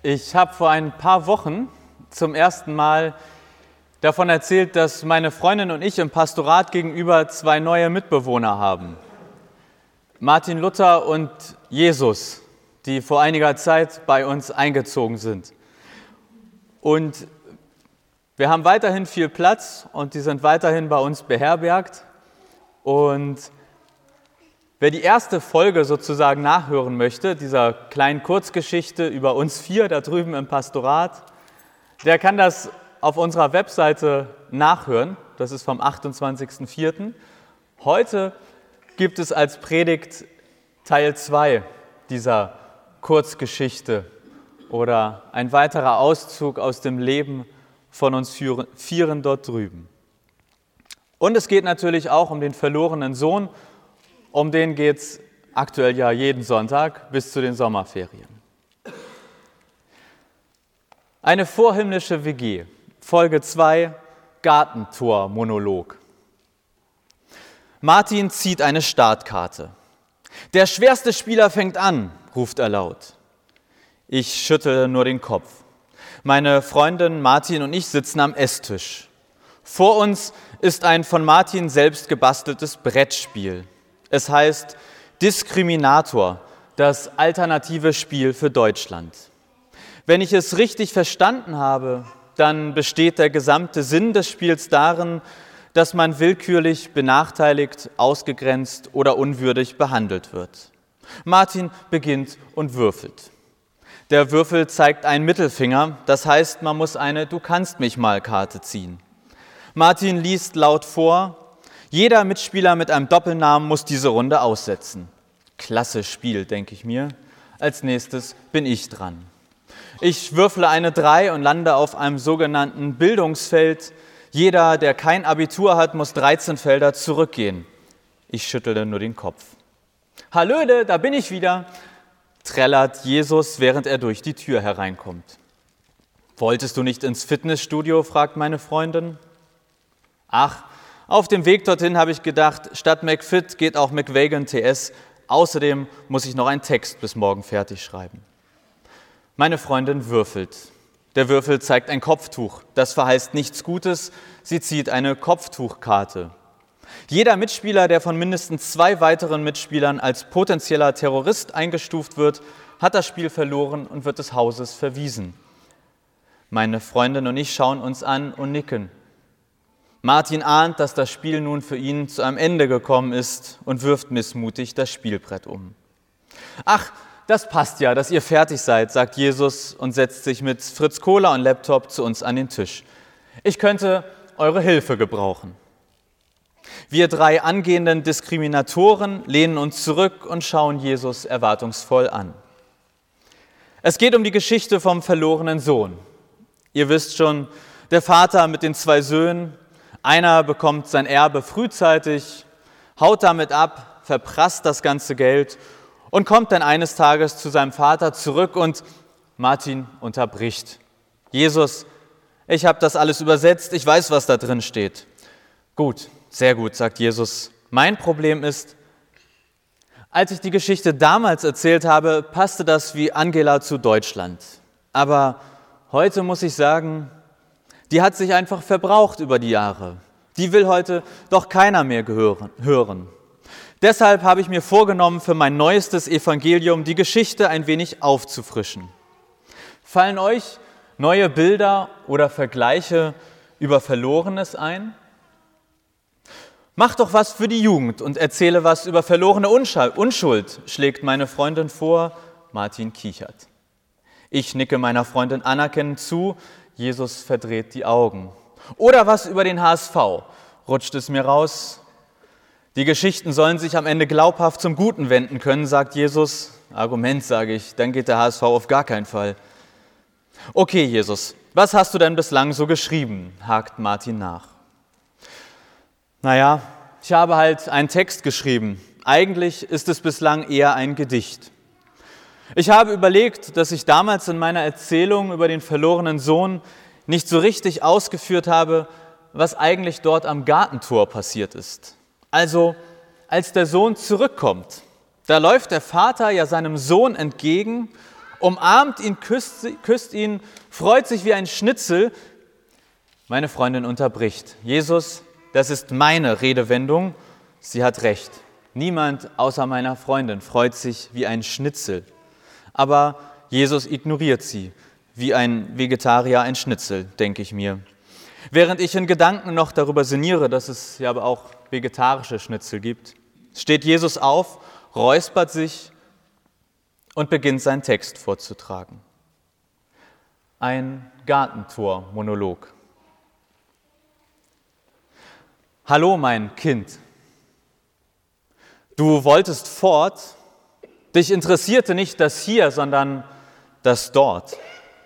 Ich habe vor ein paar Wochen zum ersten Mal davon erzählt, dass meine Freundin und ich im Pastorat gegenüber zwei neue Mitbewohner haben. Martin Luther und Jesus, die vor einiger Zeit bei uns eingezogen sind. Und wir haben weiterhin viel Platz und die sind weiterhin bei uns beherbergt. Und wer die erste Folge sozusagen nachhören möchte, dieser kleinen Kurzgeschichte über uns vier da drüben im Pastorat, der kann das auf unserer Webseite nachhören. Das ist vom 28.04. Heute gibt es als Predigt Teil 2 dieser Kurzgeschichte oder ein weiterer Auszug aus dem Leben von uns Vieren dort drüben. Und es geht natürlich auch um den verlorenen Sohn. Um den geht es aktuell ja jeden Sonntag bis zu den Sommerferien. Eine vorhimmlische WG, Folge 2, Gartentor-Monolog. Martin zieht eine Startkarte. Der schwerste Spieler fängt an, ruft er laut. Ich schüttle nur den Kopf. Meine Freundin Martin und ich sitzen am Esstisch. Vor uns ist ein von Martin selbst gebasteltes Brettspiel. Es heißt Diskriminator, das alternative Spiel für Deutschland. Wenn ich es richtig verstanden habe, dann besteht der gesamte Sinn des Spiels darin, dass man willkürlich benachteiligt, ausgegrenzt oder unwürdig behandelt wird. Martin beginnt und würfelt. Der Würfel zeigt einen Mittelfinger, das heißt, man muss eine Du-kannst-mich-mal-Karte ziehen. Martin liest laut vor. Jeder Mitspieler mit einem Doppelnamen muss diese Runde aussetzen. Klasse Spiel, denke ich mir. Als nächstes bin ich dran. Ich würfle eine 3 und lande auf einem sogenannten Bildungsfeld. Jeder, der kein Abitur hat, muss 13 Felder zurückgehen. Ich schüttelte nur den Kopf. Hallöle, da bin ich wieder, trällert Jesus, während er durch die Tür hereinkommt. Wolltest du nicht ins Fitnessstudio, fragt meine Freundin. Ach, auf dem Weg dorthin habe ich gedacht, statt McFit geht auch McVagan TS. Außerdem muss ich noch einen Text bis morgen fertig schreiben. Meine Freundin würfelt. Der Würfel zeigt ein Kopftuch. Das verheißt nichts Gutes. Sie zieht eine Kopftuchkarte. Jeder Mitspieler, der von mindestens 2 weiteren Mitspielern als potenzieller Terrorist eingestuft wird, hat das Spiel verloren und wird des Hauses verwiesen. Meine Freundin und ich schauen uns an und nicken. Martin ahnt, dass das Spiel nun für ihn zu einem Ende gekommen ist und wirft missmutig das Spielbrett um. Ach, das passt ja, dass ihr fertig seid, sagt Jesus und setzt sich mit Fritz Cola und Laptop zu uns an den Tisch. Ich könnte eure Hilfe gebrauchen. Wir 3 angehenden Diskriminatoren lehnen uns zurück und schauen Jesus erwartungsvoll an. Es geht um die Geschichte vom verlorenen Sohn. Ihr wisst schon, der Vater mit den 2 Söhnen. Einer bekommt sein Erbe frühzeitig, haut damit ab, verprasst das ganze Geld und kommt dann eines Tages zu seinem Vater zurück und Martin unterbricht. Jesus, ich habe das alles übersetzt, ich weiß, was da drin steht. Gut, sehr gut, sagt Jesus. Mein Problem ist, als ich die Geschichte damals erzählt habe, passte das wie Angela zu Deutschland. Aber heute muss ich sagen, die hat sich einfach verbraucht über die Jahre. Die will heute doch keiner mehr hören. Deshalb habe ich mir vorgenommen, für mein neuestes Evangelium die Geschichte ein wenig aufzufrischen. Fallen euch neue Bilder oder Vergleiche über Verlorenes ein? Mach doch was für die Jugend und erzähle was über verlorene Unschuld, schlägt meine Freundin vor. Martin kichert. Ich nicke meiner Freundin anerkennend zu. Jesus verdreht die Augen. Oder was über den HSV, rutscht es mir raus. Die Geschichten sollen sich am Ende glaubhaft zum Guten wenden können, sagt Jesus. Argument, sage ich, dann geht der HSV auf gar keinen Fall. Okay, Jesus, was hast du denn bislang so geschrieben, hakt Martin nach. Naja, ich habe halt einen Text geschrieben. Eigentlich ist es bislang eher ein Gedicht. Ich habe überlegt, dass ich damals in meiner Erzählung über den verlorenen Sohn nicht so richtig ausgeführt habe, was eigentlich dort am Gartentor passiert ist. Also, als der Sohn zurückkommt, da läuft der Vater ja seinem Sohn entgegen umarmt ihn, küsst ihn, freut sich wie ein Schnitzel. Meine Freundin unterbricht. Jesus, das ist meine Redewendung. Sie hat recht. Niemand außer meiner Freundin freut sich wie ein Schnitzel. Aber Jesus ignoriert sie, wie ein Vegetarier ein Schnitzel, denke ich mir. Während ich in Gedanken noch darüber sinniere, dass es ja aber auch vegetarische Schnitzel gibt, steht Jesus auf, räuspert sich und beginnt seinen Text vorzutragen. Ein Gartentor-Monolog. Hallo, mein Kind. Du wolltest fort, dich interessierte nicht das Hier, sondern das Dort.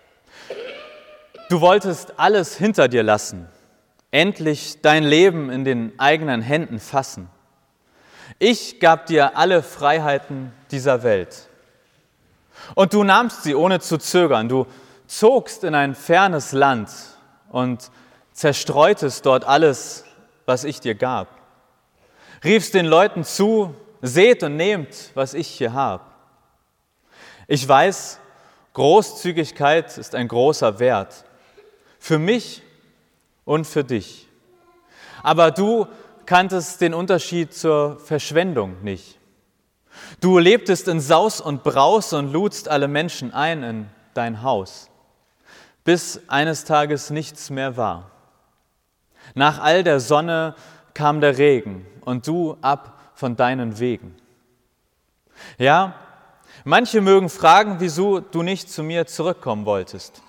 Du wolltest alles hinter dir lassen, endlich dein Leben in den eigenen Händen fassen. Ich gab dir alle Freiheiten dieser Welt. Und du nahmst sie ohne zu zögern. Du zogst in ein fernes Land und zerstreutest dort alles, was ich dir gab. Riefst den Leuten zu, seht und nehmt, was ich hier hab. Ich weiß, Großzügigkeit ist ein großer Wert. Für mich und für dich. Aber du kanntest den Unterschied zur Verschwendung nicht. Du lebtest in Saus und Braus und ludst alle Menschen ein in dein Haus, bis eines Tages nichts mehr war. Nach all der Sonne kam der Regen und du ab von deinen Wegen. Ja, manche mögen fragen, wieso du nicht zu mir zurückkommen wolltest.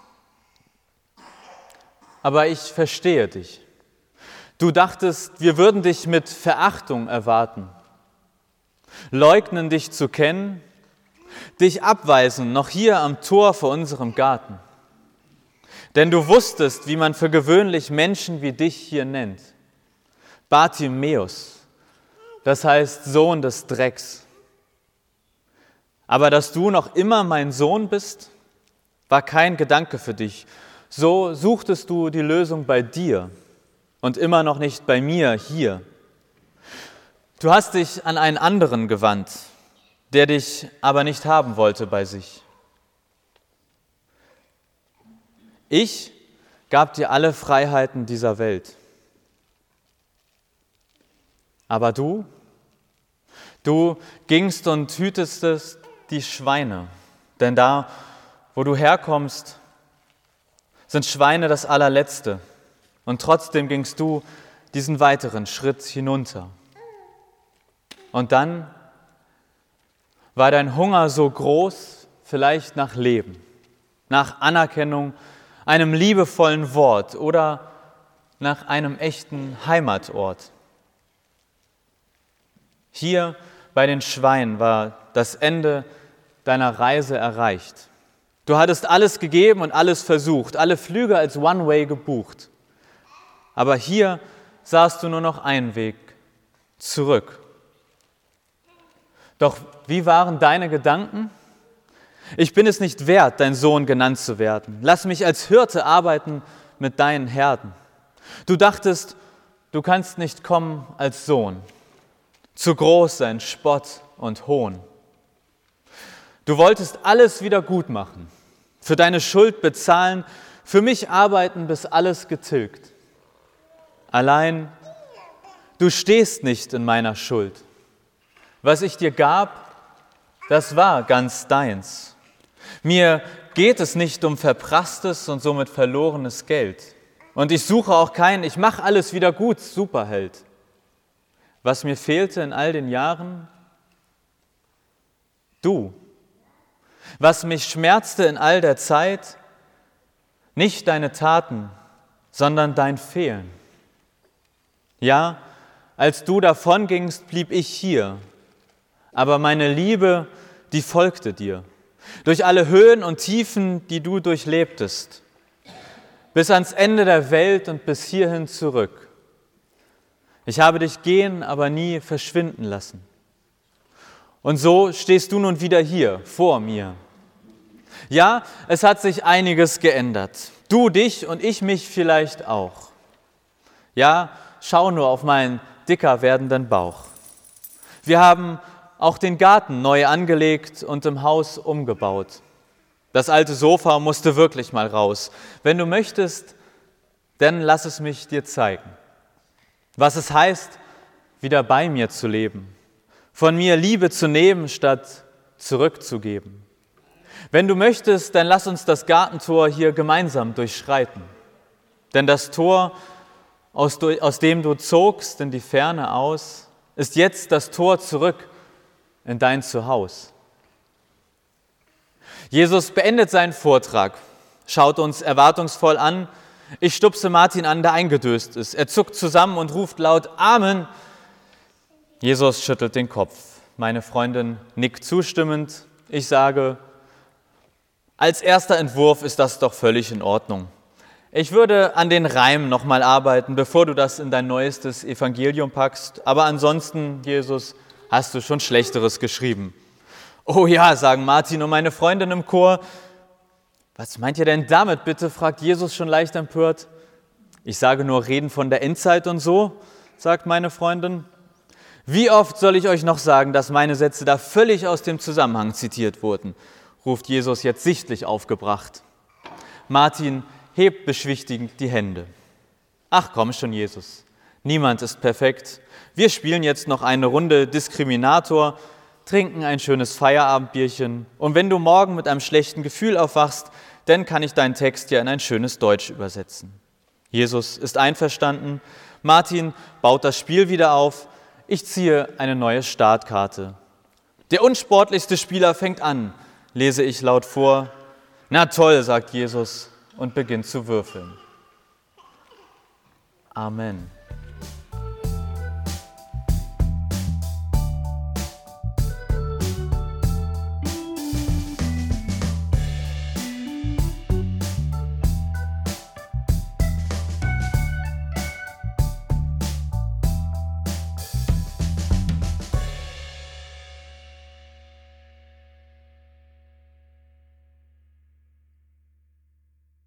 Aber ich verstehe dich. Du dachtest, wir würden dich mit Verachtung erwarten, leugnen dich zu kennen, dich abweisen, noch hier am Tor vor unserem Garten. Denn du wusstest, wie man für gewöhnlich Menschen wie dich hier nennt. Bartimäus, das heißt Sohn des Drecks. Aber dass du noch immer mein Sohn bist, war kein Gedanke für dich. So suchtest du die Lösung bei dir und immer noch nicht bei mir hier. Du hast dich an einen anderen gewandt, der dich aber nicht haben wollte bei sich. Ich gab dir alle Freiheiten dieser Welt. Aber du gingst und hütest die Schweine, denn da, wo du herkommst, sind Schweine das allerletzte. Und trotzdem gingst du diesen weiteren Schritt hinunter. Und dann war dein Hunger so groß, vielleicht nach Leben, nach Anerkennung, einem liebevollen Wort oder nach einem echten Heimatort. Hier bei den Schweinen war das Ende deiner Reise erreicht. Du hattest alles gegeben und alles versucht, alle Flüge als One-Way gebucht. Aber hier sahst du nur noch einen Weg zurück. Doch wie waren deine Gedanken? Ich bin es nicht wert, dein Sohn genannt zu werden. Lass mich als Hirte arbeiten mit deinen Herden. Du dachtest, du kannst nicht kommen als Sohn. Zu groß sein Spott und Hohn. Du wolltest alles wieder gut machen, für deine Schuld bezahlen, für mich arbeiten, bis alles getilgt. Allein, du stehst nicht in meiner Schuld. Was ich dir gab, das war ganz deins. Mir geht es nicht um verprasstes und somit verlorenes Geld. Und ich suche auch keinen, ich mache alles wieder gut, Superheld. Was mir fehlte in all den Jahren? Du. Was mich schmerzte in all der Zeit? Nicht deine Taten, sondern dein Fehlen. Ja, als du davongingst, blieb ich hier, aber meine Liebe, die folgte dir, durch alle Höhen und Tiefen, die du durchlebtest, bis ans Ende der Welt und bis hierhin zurück. Ich habe dich gehen, aber nie verschwinden lassen. Und so stehst du nun wieder hier, vor mir. Ja, es hat sich einiges geändert. Du dich und ich mich vielleicht auch. Ja, schau nur auf meinen dicker werdenden Bauch. Wir haben auch den Garten neu angelegt und im Haus umgebaut. Das alte Sofa musste wirklich mal raus. Wenn du möchtest, dann lass es mich dir zeigen. Was es heißt, wieder bei mir zu leben. Von mir Liebe zu nehmen, statt zurückzugeben. Wenn du möchtest, dann lass uns das Gartentor hier gemeinsam durchschreiten. Denn das Tor, aus dem du zogst in die Ferne aus, ist jetzt das Tor zurück in dein Zuhause. Jesus beendet seinen Vortrag, schaut uns erwartungsvoll an. Ich stupse Martin an, der eingedöst ist. Er zuckt zusammen und ruft laut Amen. Jesus schüttelt den Kopf. Meine Freundin nickt zustimmend. Ich sage, als erster Entwurf ist das doch völlig in Ordnung. Ich würde an den Reimen nochmal arbeiten, bevor du das in dein neuestes Evangelium packst. Aber ansonsten, Jesus, hast du schon Schlechteres geschrieben. Oh ja, sagen Martin und meine Freundin im Chor. Was meint ihr denn damit bitte, fragt Jesus schon leicht empört. Ich sage nur, reden von der Endzeit und so, sagt meine Freundin. Wie oft soll ich euch noch sagen, dass meine Sätze da völlig aus dem Zusammenhang zitiert wurden, ruft Jesus jetzt sichtlich aufgebracht. Martin hebt beschwichtigend die Hände. Ach komm schon, Jesus, niemand ist perfekt. Wir spielen jetzt noch eine Runde Diskriminator, trinken ein schönes Feierabendbierchen und wenn du morgen mit einem schlechten Gefühl aufwachst, dann kann ich deinen Text ja in ein schönes Deutsch übersetzen. Jesus ist einverstanden, Martin baut das Spiel wieder auf, ich ziehe eine neue Startkarte. Der unsportlichste Spieler fängt an, lese ich laut vor. Na toll, sagt Jesus und beginnt zu würfeln. Amen.